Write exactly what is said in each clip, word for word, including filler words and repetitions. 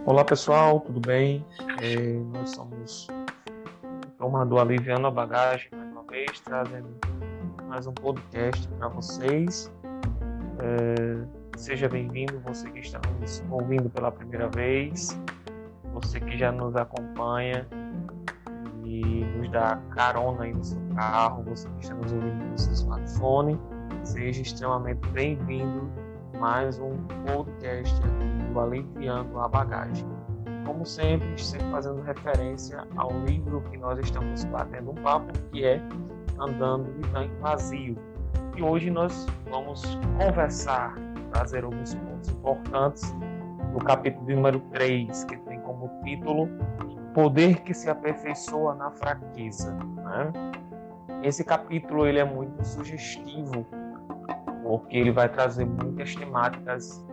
Olá pessoal, tudo bem? É, nós somos turma do Aliviando a Bagagem, mais uma vez, trazendo mais um podcast para vocês. É, seja bem-vindo, você que está nos ouvindo pela primeira vez, você que já nos acompanha e nos dá carona aí no seu carro, você que está nos ouvindo no seu smartphone, seja extremamente bem-vindo a mais um podcast do Aliviando a Bagagem. Como sempre, sempre fazendo referência ao livro que nós estamos batendo um papo, que é Andando de Tanque Vazio. E hoje nós vamos conversar, trazer alguns pontos importantes do capítulo de número três, que tem como título Poder que se aperfeiçoa na fraqueza. Né? Esse capítulo ele é muito sugestivo, porque ele vai trazer muitas temáticas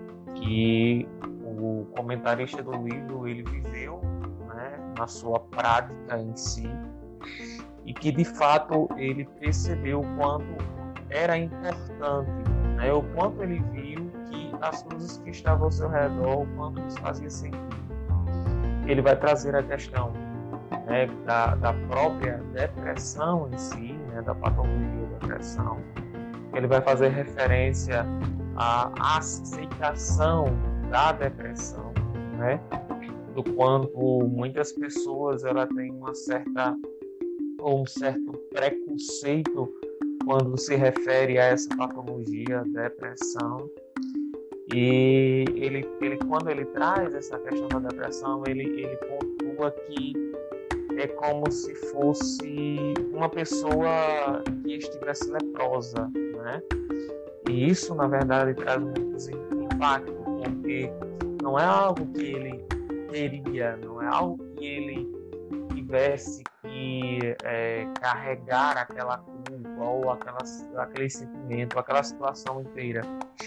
que o comentarista do livro ele viveu, né, na sua prática em si, e que de fato ele percebeu o quanto era importante, né, o quanto ele viu que as coisas que estavam ao seu redor, o quanto isso fazia sentido. Ele vai trazer a questão, né, da, da própria depressão em si, né, da patologia da depressão. Ele vai fazer referência à aceitação da depressão, né? Do quanto muitas pessoas ela tem uma certa ou um certo preconceito quando se refere a essa patologia, depressão. E ele, ele quando ele traz essa questão da depressão, ele, ele pontua que é como se fosse uma pessoa que estivesse leprosa, né? E isso, na verdade, traz muitos impactos, porque não é algo que ele teria, não é algo que ele tivesse que é, carregar aquela culpa ou aquela, aquele sentimento, aquela situação inteira,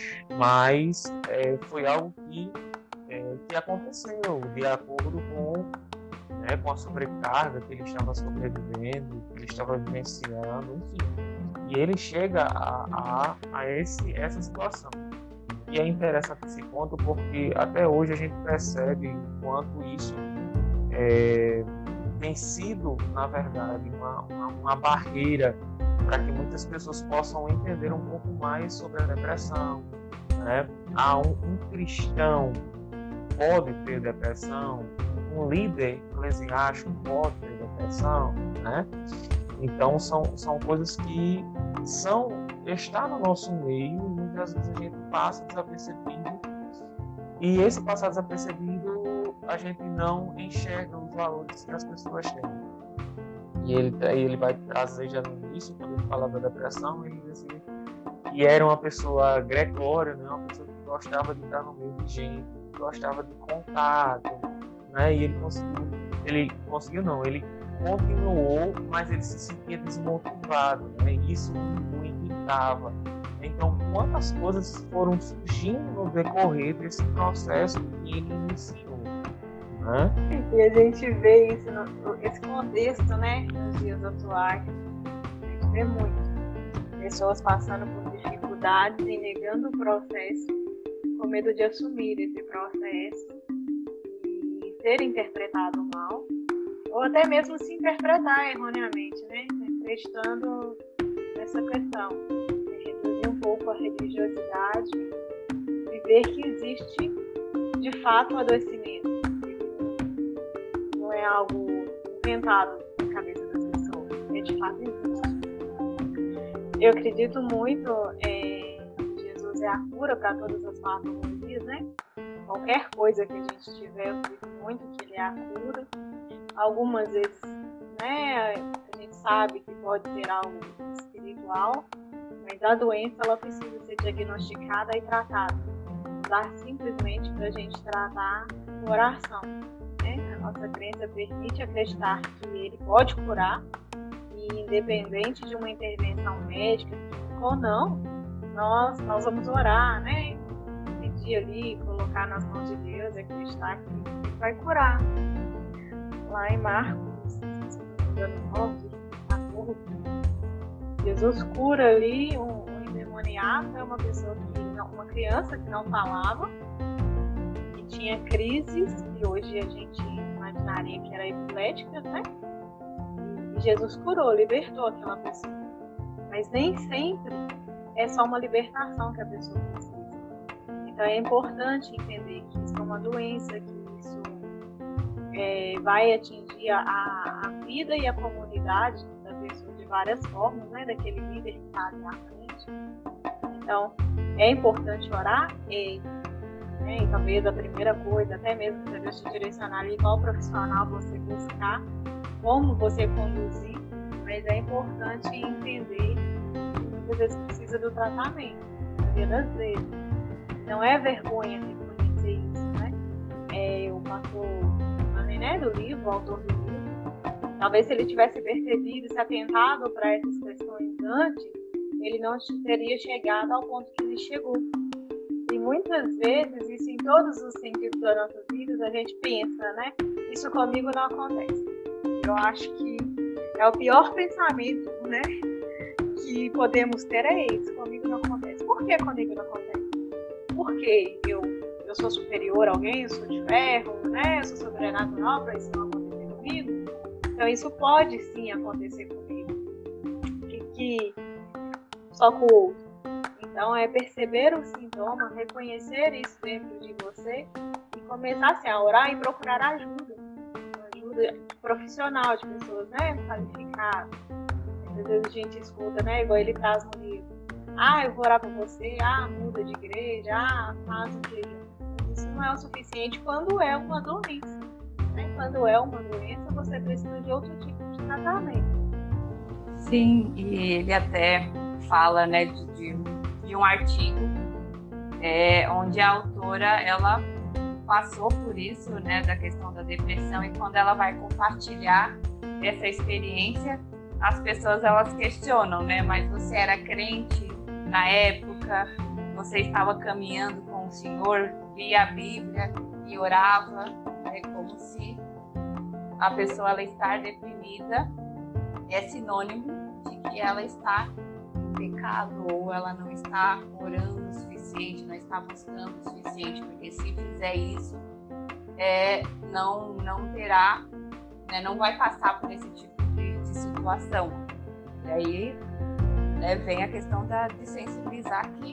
mas é, foi algo que, é, que aconteceu de acordo com Né, com a sobrecarga que ele estava sobrevivendo, que ele estava vivenciando, enfim. E ele chega a, a, a esse, essa situação. E é interessante esse ponto porque até hoje a gente percebe o quanto isso é, tem sido, na verdade, uma, uma, uma barreira para que muitas pessoas possam entender um pouco mais sobre a depressão. Né? Há um, um cristão pode ter depressão, um líder eclesiástico pode ter depressão, né? Então são, são coisas que são, está no nosso meio e muitas vezes a gente passa desapercebido, e esse passar desapercebido a gente não enxerga os valores que as pessoas têm. E ele, ele vai trazer já no início, quando ele fala da depressão, ele diz assim, que era uma pessoa gregória, né? Uma pessoa que gostava de estar no meio de gente, que gostava de contato, né? E ele conseguiu, ele conseguiu não, ele continuou, mas ele se sentia desmotivado, né? Isso o irritava. Então, quantas coisas foram surgindo no decorrer desse processo que ele iniciou, né? E a gente vê isso, no, esse contexto, né, nos dias atuais, a gente vê muito. Pessoas passando por dificuldades e negando o processo, com medo de assumir esse processo e ser interpretado mal, ou até mesmo se interpretar erroneamente, né? Prestando essa questão, reduzir um pouco a religiosidade e ver que existe de fato um adoecimento, não é algo inventado na cabeça das pessoas, é de fato existe. Eu acredito muito em Jesus é a cura para todas as patologias, né? Qualquer coisa que a gente tiver, eu acredito muito que ele é a cura. Algumas vezes, né, a gente sabe que pode ser algo espiritual, mas a doença ela precisa ser diagnosticada e tratada. Não dá simplesmente para a gente tratar com oração, né? A nossa crença permite acreditar que ele pode curar, e independente de uma intervenção médica ou não, nós, nós vamos orar, né? Pedir ali, colocar nas mãos de Deus, acreditar que ele vai curar. Lá em Marcos, se não me engano, nove, quatorze, Jesus cura ali um, um endemoniado, é uma pessoa que não, uma criança que não falava e tinha crises, que hoje a gente imaginaria que era epiléticas, né? E Jesus curou, libertou aquela pessoa. Mas nem sempre é só uma libertação que a pessoa precisa. Então é importante entender que isso é uma doença, que isso é, vai atingir a, a vida e a comunidade da pessoa de várias formas, né? Daquele líder que está ali à frente. Então, é importante orar e, né, e talvez a primeira coisa, até mesmo para Deus te direcionar ali qual profissional você buscar, como você conduzir, mas é importante entender que muitas vezes precisa do tratamento, na maioria das vezes. Não é vergonha reconhecer isso, né? É, o pastor, né, do livro, o autor do livro, talvez se ele tivesse percebido e se atentado para essas questões antes, ele não teria chegado ao ponto que ele chegou. E muitas vezes, isso em todos os sentidos das nossas vidas, a gente pensa, né? Isso comigo não acontece. Eu acho que é o pior pensamento, né, que podemos ter, é isso. Comigo não acontece. Por que comigo não acontece? Porque eu, eu sou superior a alguém, eu sou de ferro, né? Eu sou sobrenatural para isso não acontecer comigo. Então, isso pode sim acontecer comigo. Que, que só com o outro. Então, é perceber o sintoma, reconhecer isso dentro de você e começar assim, a orar e procurar ajuda. Ajuda profissional de pessoas, né, qualificadas. Às vezes a gente escuta, né, igual ele traz no livro. Ah, eu vou orar por você. Ah, muda de igreja. Ah, faz o que. Isso não é o suficiente quando é uma doença. Né? Quando é uma doença, você precisa de outro tipo de tratamento. Sim, e ele até fala, né, de, de, de um artigo é, onde a autora ela passou por isso, né, da questão da depressão, e quando ela vai compartilhar essa experiência, as pessoas elas questionam, né, mas você era crente na época, você estava caminhando com o Senhor, lia a Bíblia e orava, é como se a pessoa ela estar deprimida é sinônimo de que ela está em pecado ou ela não está orando o suficiente, não está buscando o suficiente, porque se fizer isso, é, não, não terá, né, não vai passar por esse tipo de, de situação. E aí, né, vem a questão da, de sensibilizar que,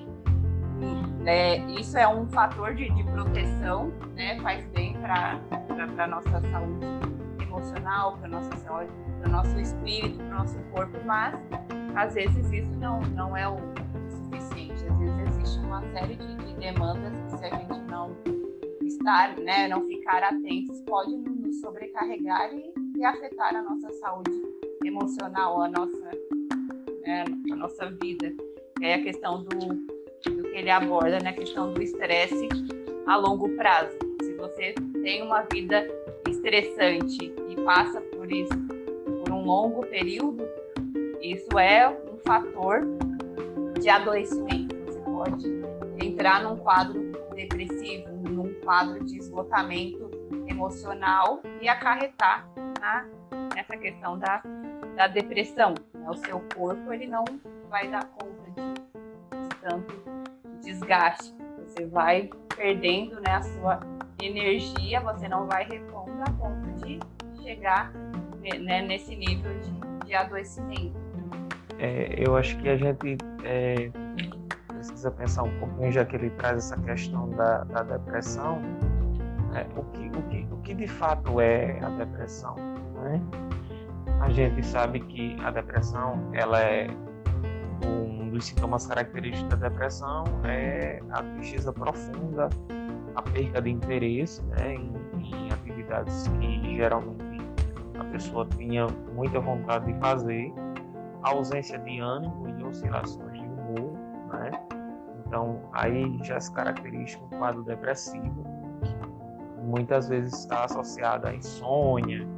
né, isso é um fator de, de proteção, né, faz bem para a nossa saúde emocional, para nossa saúde, para o nosso espírito, para o nosso corpo, mas às vezes isso não, não é o suficiente. Às vezes existe uma série de, de demandas que, se a gente não estar, né, não ficar atentos, pode nos sobrecarregar e, e afetar a nossa saúde emocional, a nossa, né, a nossa vida. É a questão do, do que ele aborda, né, a questão do estresse a longo prazo. Se você tem uma vida estressante e passa por isso por um longo período, isso é um fator de adoecimento. Você pode entrar num quadro depressivo, num quadro de esgotamento emocional e acarretar na, nessa questão da, da depressão. O seu corpo ele não vai dar conta de, de tanto desgaste. Você vai perdendo, né, a sua energia, você não vai repondo a ponto de chegar, né, nesse nível de, de adoecimento. É, eu acho que a gente é, precisa pensar um pouquinho, já que ele traz essa questão da, da depressão, né? o, que, o, que, o que de fato é a depressão, né? A gente sabe que a depressão, ela é um dos sintomas característicos da depressão, é a tristeza profunda, a perda de interesse, né, em, em atividades que geralmente a pessoa tinha muita vontade de fazer, a ausência de ânimo e oscilações de humor, né? Então aí já se caracteriza um quadro depressivo, muitas vezes está associado à insônia,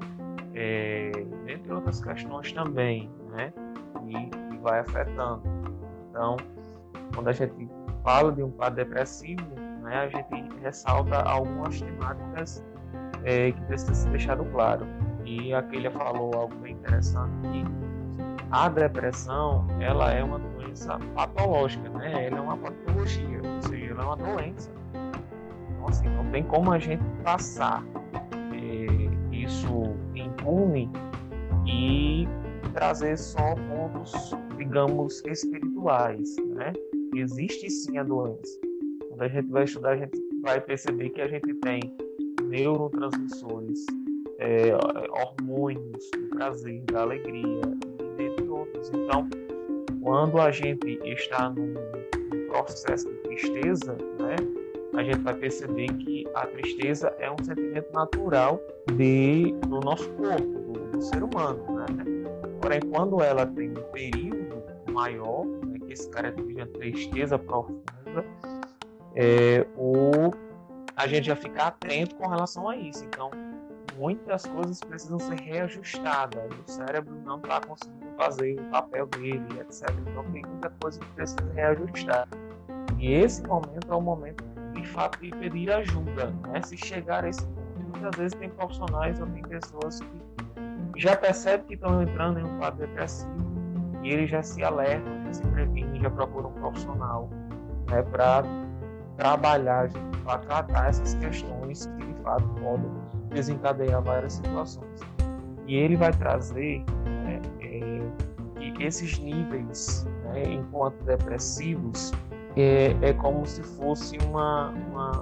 é, entre outras questões também, né? E, e vai afetando. Então, quando a gente fala de um quadro depressivo, né, a gente ressalta algumas temáticas é, que precisa ser deixado claro. E a Keila falou algo bem interessante, que a depressão, ela é uma doença patológica, né? Ela é uma patologia, ou seja, ela é uma doença. Então, assim, não tem como a gente passar é, isso impune e trazer só pontos, digamos, espirituais, né? Existe sim a doença. Quando a gente vai estudar, a gente vai perceber que a gente tem neurotransmissores, é, hormônios do prazer, da alegria, e dentre outros. Então, quando a gente está num, num processo de tristeza, né, a gente vai perceber que a tristeza é um sentimento natural de, do nosso corpo, do, do ser humano, né? Porém, quando ela tem um período maior, né, que se caracteriza de tristeza profunda, é, o, a gente já fica atento com relação a isso. Então, muitas coisas precisam ser reajustadas. O cérebro não está conseguindo fazer o papel dele, etcétera. Então, tem muita coisa que precisa reajustar. E esse momento é o momento, de fato, de pedir ajuda, né? Se chegar a esse ponto, muitas vezes tem profissionais ou tem pessoas que já percebem que estão entrando em um quadro depressivo e eles já se alertam, já se previnem, já procuram um profissional, né, para trabalhar, para tratar essas questões que, de fato, podem desencadear várias situações. E ele vai trazer, né, é, que esses níveis, né, enquanto depressivos, é, é como se fosse uma, uma,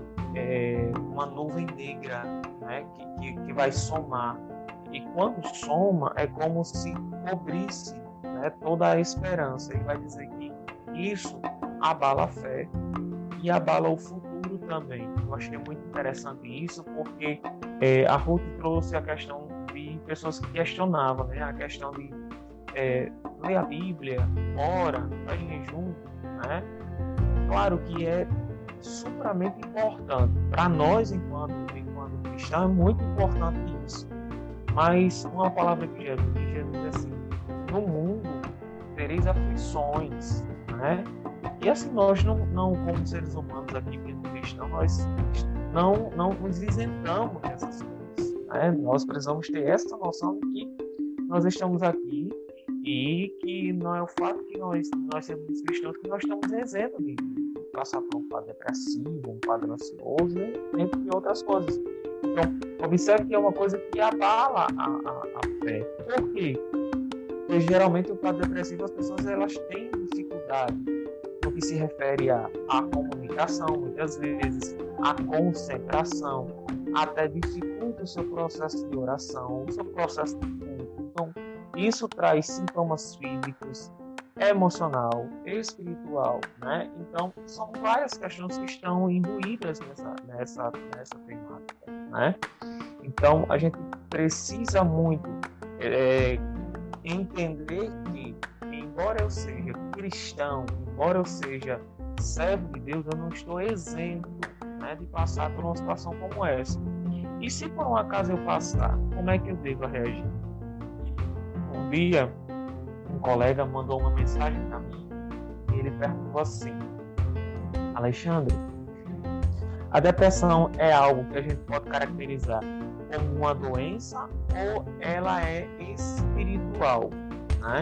é, uma nuvem negra, né, que, que, que vai somar. E quando soma, é como se cobrisse, né, toda a esperança. Ele vai dizer que isso abala a fé e abala o futuro também. Eu achei muito interessante isso, porque é, a Ruth trouxe a questão de pessoas que questionavam, né, a questão de é, ler a Bíblia, ora, faz jejum, né? Claro que é supramente importante. Para nós, enquanto, enquanto cristãos, é muito importante isso. Mas uma palavra que Jesus diz, Jesus diz assim: no mundo tereis aflições, né? E assim, nós não, não como seres humanos aqui, mesmo cristãos, nós não, não nos isentamos dessas coisas, né? Nós precisamos ter essa noção de que nós estamos aqui e que não é o fato que nós, nós somos cristãos que nós estamos isentos de passar por um quadro depressivo, um quadro ansioso, entre outras coisas. Então, observe que é uma coisa que abala a, a, a fé. Por quê? Porque geralmente o quadro depressivo, as pessoas elas têm dificuldade no que se refere à, à comunicação, muitas vezes, à concentração, até dificulta o seu processo de oração, o seu processo de culto. Então, isso traz sintomas físicos, emocional, espiritual, né? Então, são várias questões que estão imbuídas nessa, nessa, nessa temática, né? Então, a gente precisa muito é, entender que, embora eu seja cristão, embora eu seja servo de Deus, eu não estou isento, né, de passar por uma situação como essa. E se por um acaso eu passar, como é que eu devo reagir? Um dia, um colega mandou uma mensagem para mim e ele perguntou assim: Alexandre, a depressão é algo que a gente pode caracterizar como uma doença ou ela é espiritual, né?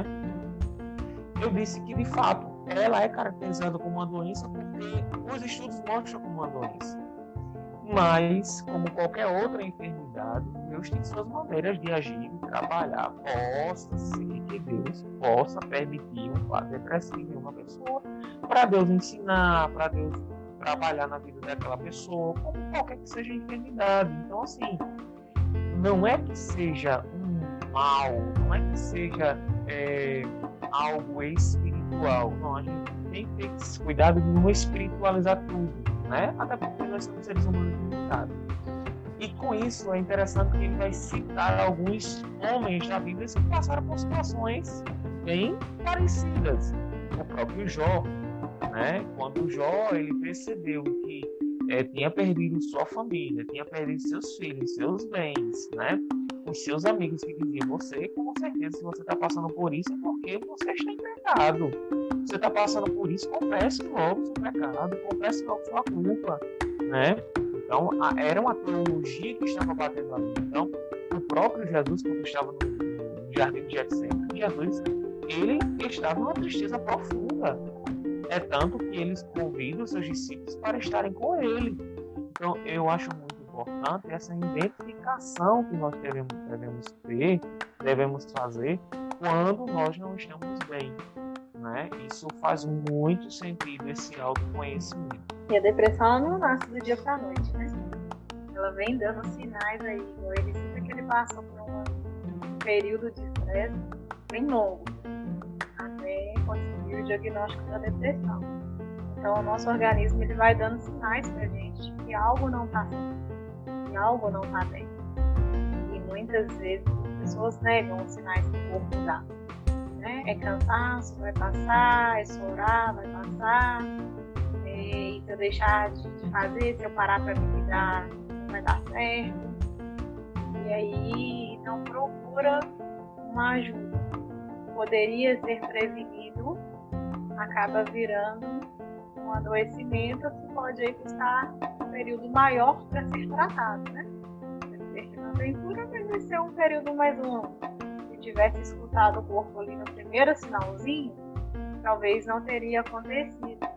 Eu disse que, de fato, ela é caracterizada como uma doença porque os estudos mostram como uma doença. Mas, como qualquer outra enfermidade, Deus tem suas maneiras de agir e trabalhar. Possa ser que Deus possa permitir um quadro depressivo em uma pessoa, para Deus ensinar, para Deus trabalhar na vida daquela pessoa, como qualquer que seja a enfermidade. Então, assim, não é que seja um mal, não é que seja é, algo espiritual. Não, a gente tem que ter esse cuidado de não espiritualizar tudo, né? Até porque nós somos seres humanos limitados. E com isso é interessante que ele vai citar alguns homens da Bíblia que passaram por situações bem parecidas. O próprio Jó, né? Quando Jó ele percebeu que é, tinha perdido sua família, tinha perdido seus filhos, seus bens, né? Os seus amigos que diziam: você, com certeza, se você está passando por isso, é porque você está em pecado. Você está passando por isso, confesse logo seu pecado, confesse logo sua culpa, né? Então, a, era uma teologia que estava batendo ali. Então, o próprio Jesus, quando estava no, no jardim de Getsemane, Jesus, ele estava numa tristeza profunda. É tanto que eles convidam os seus discípulos para estarem com ele. Então, eu acho muito importante essa identificação que nós devemos, devemos ter, devemos fazer quando nós não estamos bem, né? Isso faz muito sentido, esse autoconhecimento. E a depressão não nasce do dia para a noite, né? Ela vem dando sinais aí, igual ele cita que ele passou por um período de estresse bem longo, até conseguir o diagnóstico da depressão. Então, o nosso organismo ele vai dando sinais pra gente que algo não está certo, que algo não está bem. E muitas vezes as pessoas negam os sinais que o corpo dá. Né? É cansaço, vai passar, é chorar, vai passar. E se eu deixar de fazer, se eu parar para me cuidar, não vai dar certo. E aí, então procura uma ajuda. Poderia ser prevenido, acaba virando um adoecimento que pode aí custar um período maior para ser tratado, né? Pode ser que não tem cura, mas vai ser um período mais longo. Se tivesse escutado o corpo ali no primeiro sinalzinho, talvez não teria acontecido.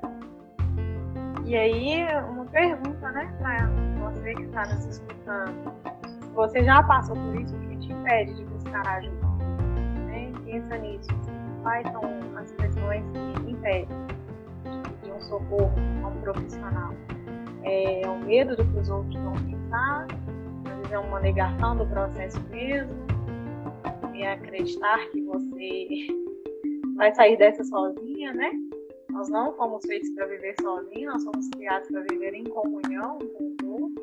E aí, uma pergunta, né, para você que está nos escutando. Se você já passou por isso, o que te impede de buscar ajuda? Né? Pensa nisso. Quais são as questões que impedem de um socorro a um profissional? É o medo do que os outros vão pensar, às vezes é uma negação do processo mesmo, é acreditar que você vai sair dessa sozinha, né? Nós não fomos feitos para viver sozinhos, nós somos criados para viver em comunhão com os outros.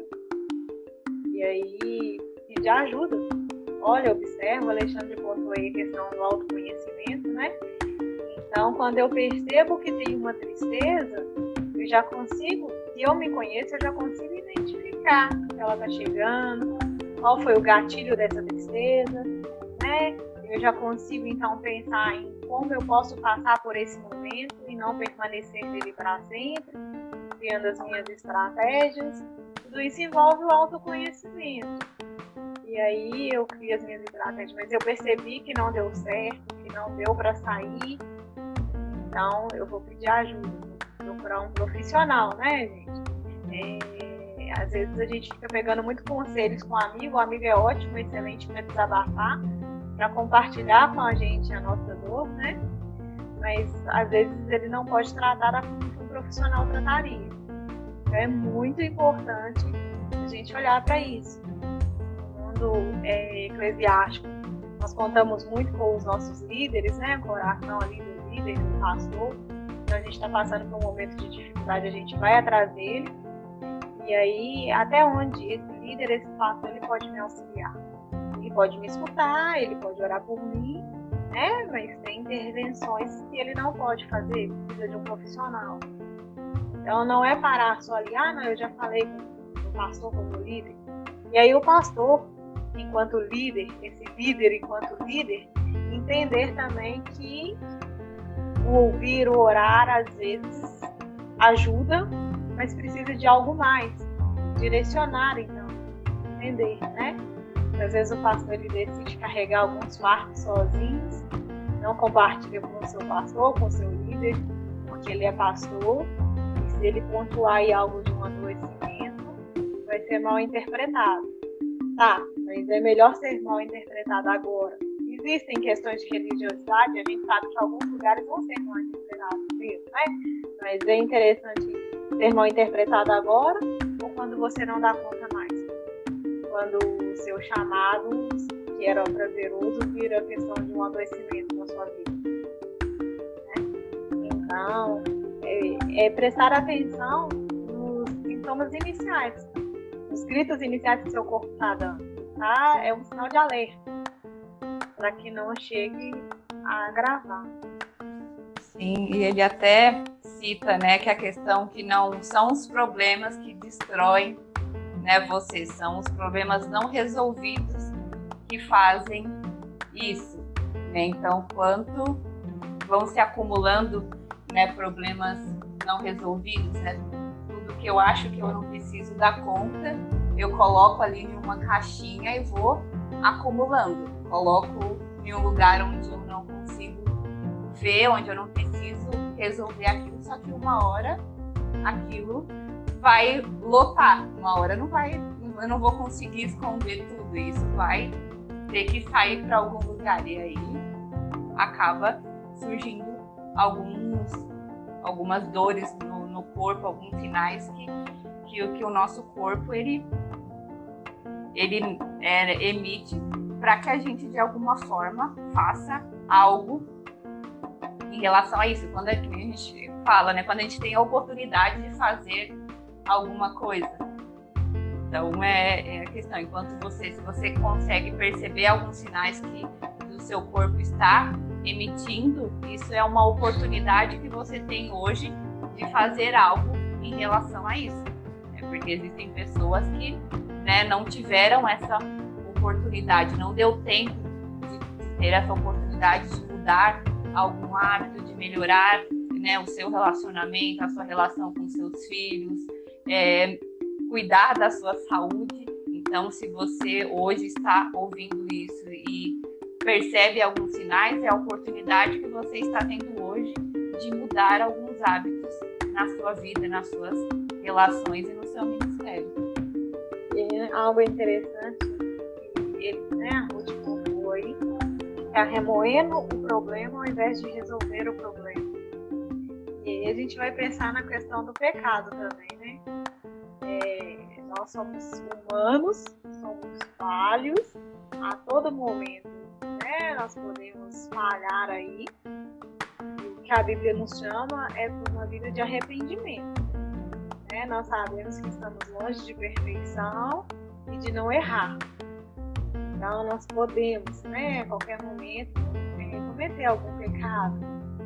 E aí, pedir ajuda. Olha, observa, o Alexandre pontuou aí a questão do autoconhecimento, né? Então, quando eu percebo que tem uma tristeza, eu já consigo, se eu me conheço, eu já consigo identificar que ela está chegando, qual foi o gatilho dessa tristeza, né? Eu já consigo, então, pensar em como eu posso passar por esse momento e não permanecer nele para sempre, criando as minhas estratégias. Tudo isso envolve o autoconhecimento. E aí eu crio as minhas estratégias, mas eu percebi que não deu certo, que não deu para sair, então eu vou pedir ajuda, vou procurar um profissional, né, gente? É, às vezes a gente fica pegando muito conselhos com um amigo, o amigo é ótimo, excelente para desabafar, para compartilhar com a gente a nossa dor, né? Mas às vezes ele não pode tratar da forma que um profissional trataria. Então é muito importante a gente olhar para isso. No mundo é, eclesiástico, nós contamos muito com os nossos líderes, né? Com o coração ali do líder, do pastor. Então a gente está passando por um momento de dificuldade, a gente vai atrás dele. E aí, até onde esse líder, esse pastor, ele pode me auxiliar? Ele pode me escutar, ele pode orar por mim, né? Mas tem intervenções que ele não pode fazer, precisa de um profissional. Então não é parar só ali, ah, não, eu já falei com o pastor como líder. E aí o pastor, enquanto líder, esse líder enquanto líder, entender também que o ouvir, o orar, às vezes ajuda, mas precisa de algo mais, direcionar então, entender, né? Às vezes o pastor ele decide carregar alguns fardos sozinhos, não compartilha com o seu pastor, com o seu líder, porque ele é pastor, e se ele pontuar aí algo de um adoecimento, vai ser mal interpretado. Tá, mas é melhor ser mal interpretado agora. Existem questões de religiosidade, a gente sabe que alguns lugares vão ser mal interpretados mesmo, né? Mas é interessante ser mal interpretado agora ou quando você não dá conta mais. Quando o seu chamado, que era prazeroso, vira a questão de um adoecimento na sua vida. Né? Então, é, é prestar atenção nos sintomas iniciais, nos gritos iniciais que seu corpo está dando. Tá? É um sinal de alerta, para que não chegue a agravar. Sim, e ele até cita, né, que a questão que não são os problemas que destroem, né, você, são os problemas não resolvidos que fazem isso, né? Então, quanto vão se acumulando, né, problemas não resolvidos, né? Tudo que eu acho que eu não preciso dar conta, eu coloco ali em uma caixinha e vou acumulando. Coloco em um lugar onde eu não consigo ver, onde eu não preciso resolver aquilo, só que uma hora aquilo vai lotar. Uma hora não vai, eu não vou conseguir esconder tudo. Isso vai ter que sair para algum lugar. E aí acaba surgindo alguns, algumas dores no, no corpo, alguns sinais que, que, que o nosso corpo ele, ele é, emite para que a gente, de alguma forma, faça algo em relação a isso. Quando a gente fala, né? Quando a gente tem a oportunidade de fazer alguma coisa. Então, é, é a questão. Enquanto você, se você consegue perceber alguns sinais que o seu corpo está emitindo, isso é uma oportunidade que você tem hoje de fazer algo em relação a isso. É porque existem pessoas que, né, não tiveram essa oportunidade, não deu tempo de, de ter essa oportunidade de mudar algum hábito, de melhorar, né, o seu relacionamento, a sua relação com seus filhos, é, cuidar da sua saúde. Então, se você hoje está ouvindo isso e percebe alguns sinais, é a oportunidade que você está tendo hoje de mudar alguns hábitos na sua vida, nas suas relações e no seu ministério. E algo interessante, ele, né, a Ruth colocou aí, está remoendo o problema ao invés de resolver o problema. E aí a gente vai pensar na questão do pecado também, né? É, nós somos humanos, somos falhos a todo momento, né? Nós podemos falhar aí. E o que a Bíblia nos chama é por uma vida de arrependimento, né? Nós sabemos que estamos longe de perfeição e de não errar. Então, nós podemos, né, a qualquer momento, é, cometer algum pecado.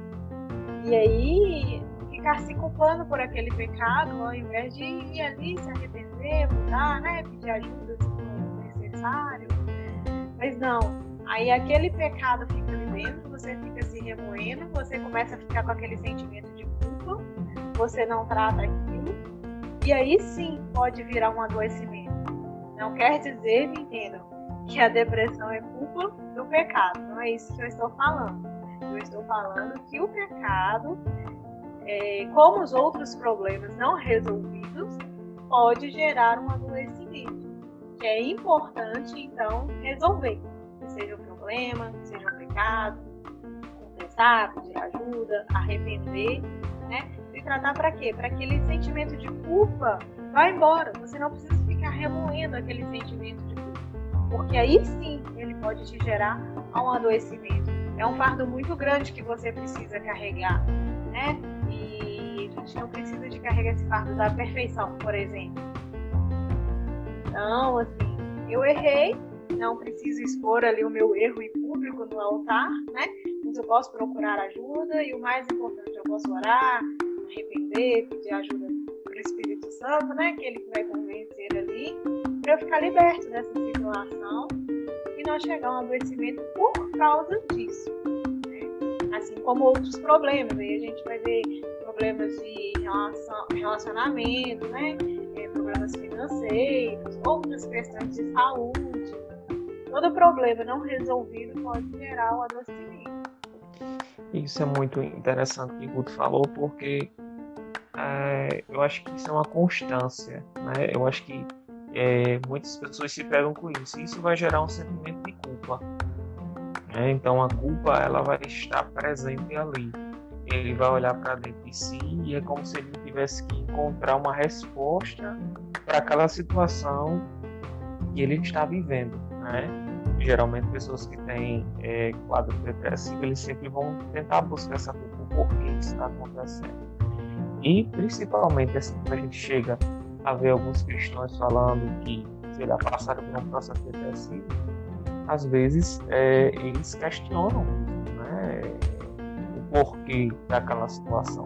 E aí, ficar se culpando por aquele pecado, ao invés de ir ali, se arrepender, mudar, né, pedir ajuda se for necessário. Mas não, aí aquele pecado fica ali dentro, você fica se remoendo, você começa a ficar com aquele sentimento de culpa, você não trata aquilo, e aí sim pode virar um adoecimento. Não quer dizer, me entendam, que a depressão é culpa do pecado. Não é isso que eu estou falando. Eu estou falando que o pecado, é, como os outros problemas não resolvidos, pode gerar um adoecimento, que é importante, então, resolver. Que seja um problema, que seja um pecado, confessar, pedir ajuda, arrepender, né? E tratar para quê? Para que aquele sentimento de culpa vá embora. Você não precisa ficar remoendo aquele sentimento de culpa, porque aí sim ele pode te gerar um adoecimento. É um fardo muito grande que você precisa carregar, né? E a gente não precisa de carregar esse fardo da perfeição, por exemplo. Então, assim, eu errei, não preciso expor ali o meu erro em público no altar, né? Mas eu posso procurar ajuda e o mais importante, eu posso orar, arrepender, pedir ajuda para o Espírito Santo, né? Que ele vai convencer ali, para eu ficar liberto dessa situação e não chegar a um adoecimento por causa disso, né? Assim como outros problemas, aí a gente vai ver problemas de relação, relacionamento, né? É, problemas financeiros, outras questões de saúde. Todo problema não resolvido pode gerar um adoecimento. Isso é muito interessante que o Guto falou, porque é, eu acho que isso é uma constância, né? Eu acho que É, muitas pessoas se pegam com isso. Isso vai gerar um sentimento de culpa, né? Então a culpa ela vai estar presente ali. Ele vai olhar para dentro de si e é como se ele tivesse que encontrar uma resposta para aquela situação que ele está vivendo, né? Geralmente pessoas que têm é, quadro depressivo, eles sempre vão tentar buscar essa culpa, por que isso está acontecendo. E principalmente assim, quando a gente chega a ver alguns cristãos falando que, sei lá, passaram por um processo depressivo, às vezes é, eles questionam, né, o porquê daquela situação.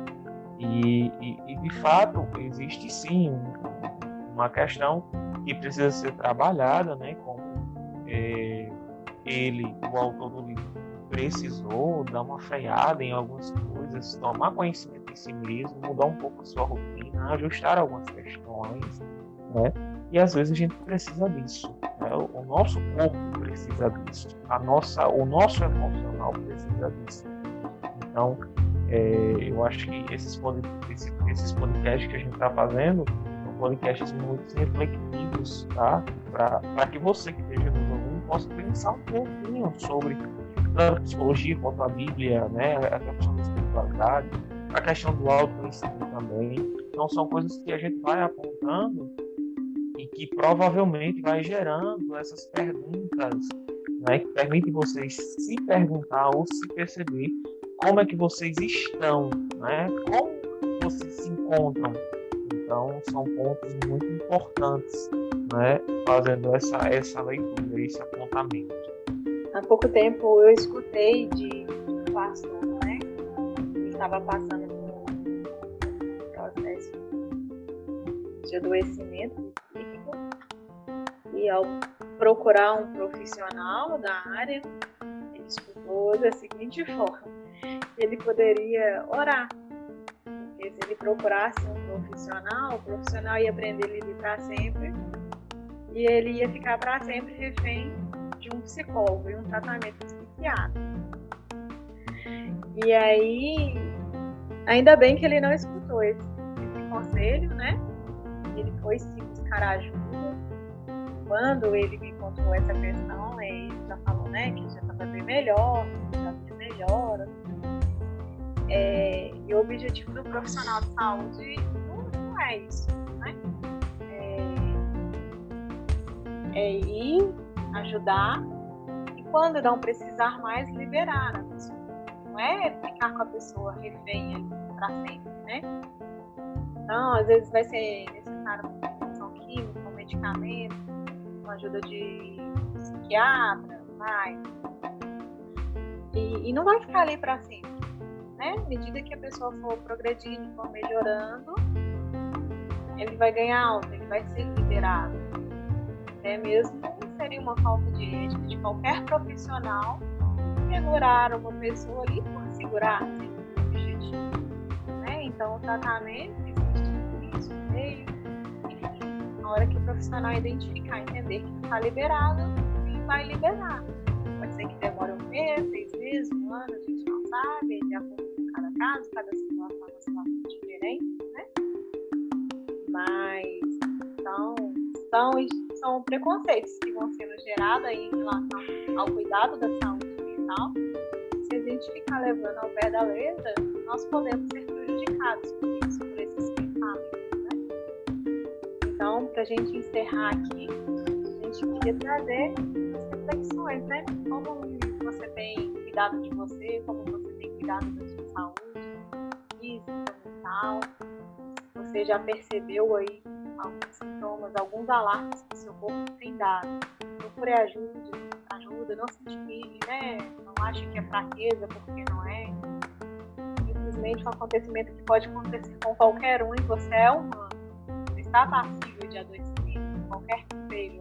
E, e, e, de fato, existe sim uma questão que precisa ser trabalhada, né, como é, ele, o autor do livro, precisou dar uma freada em algumas coisas, tomar conhecimento de si mesmo, mudar um pouco a sua rotina, ajustar algumas questões, né? E às vezes a gente precisa disso, né? O nosso corpo precisa disso, a nossa, o nosso emocional precisa disso. Então, É, eu acho que esses, pod- esse- esses podcasts que a gente está fazendo são podcasts muito reflexivos, tá? Para que você que esteja nos ouvindo possa pensar um pouquinho sobre tanto a psicologia quanto a Bíblia, né? A questão da espiritualidade, a questão do autoconhecimento também. Então são coisas que a gente vai apontando e que provavelmente vai gerando essas perguntas, né, que permitem vocês se perguntar ou se perceber como é que vocês estão, né? Como vocês se encontram. Então, são pontos muito importantes, né? Fazendo essa, essa leitura, esse apontamento. Há pouco tempo eu escutei de um pastor, né? Que estava passando por um processo de adoecimento psíquico e ao procurar um profissional da área, ele escutou da seguinte forma: ele poderia orar, porque se ele procurasse um profissional, o profissional ia prender ele para sempre e ele ia ficar para sempre refém de um psicólogo e um tratamento psiquiátrico. E aí, ainda bem que ele não escutou esse, esse conselho, né? Ele foi sim buscar ajuda. Quando ele me contou essa questão, ele já falou, né, que já estava bem melhor, já tinha melhora. É, e o objetivo do profissional de saúde não, não é isso, né? É, é ir, ajudar e quando não precisar mais, liberar a pessoa. Não é ficar com a pessoa refém para sempre, né? Então, às vezes vai ser necessário uma intervenção química, um medicamento, uma ajuda de psiquiatra, vai. E, e não vai ficar ali para sempre, né? À medida que a pessoa for progredindo, for melhorando, ele vai ganhar alta, ele vai ser liberado. Até mesmo seria uma falta de ética de qualquer profissional segurar uma pessoa ali por segurar sem objetivo, né? Então, o tratamento existe isso, meio, enfim, na hora que o profissional identificar, entender que está liberado, ele vai liberar. Pode ser que demore um mês, seis meses, um ano, a gente não sabe, de acordo com cada caso, cada situação é uma situação diferente, né? Mas, então, são, são preconceitos que vão sendo gerados aí em relação ao cuidado da saúde mental. Se a gente ficar levando ao pé da letra, nós podemos ser prejudicados por isso, por esses pensamentos, né? Então, para a gente encerrar aqui, a gente queria trazer as reflexões, né? Como você tem cuidado de você, como você tem cuidado da sua saúde física, mental. Você já percebeu aí alguns sintomas, alguns alarmes que o seu corpo tem dado. Procure ajuda, ajuda, não se intimide, né? Não ache que é fraqueza, porque não é. Simplesmente um acontecimento que pode acontecer com qualquer um e você é humano. Você está passível de adoecimento, qualquer que seja.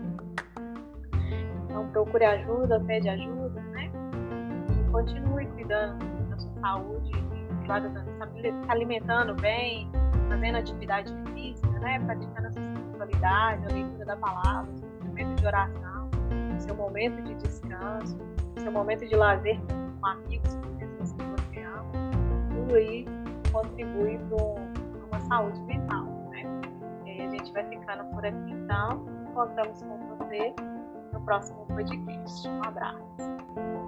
Então procure ajuda, pede ajuda, né? E continue cuidando da sua saúde, se alimentando bem, fazendo atividade física, né? Praticando a sua espiritualidade, a leitura da palavra, o seu momento de oração, o seu momento de descanso, o seu momento de lazer com amigos, com pessoas que você ama. Tudo aí contribui para uma saúde mental, né? E aí a gente vai ficando por aqui, então. Encontramos com você no próximo podcast. Um abraço.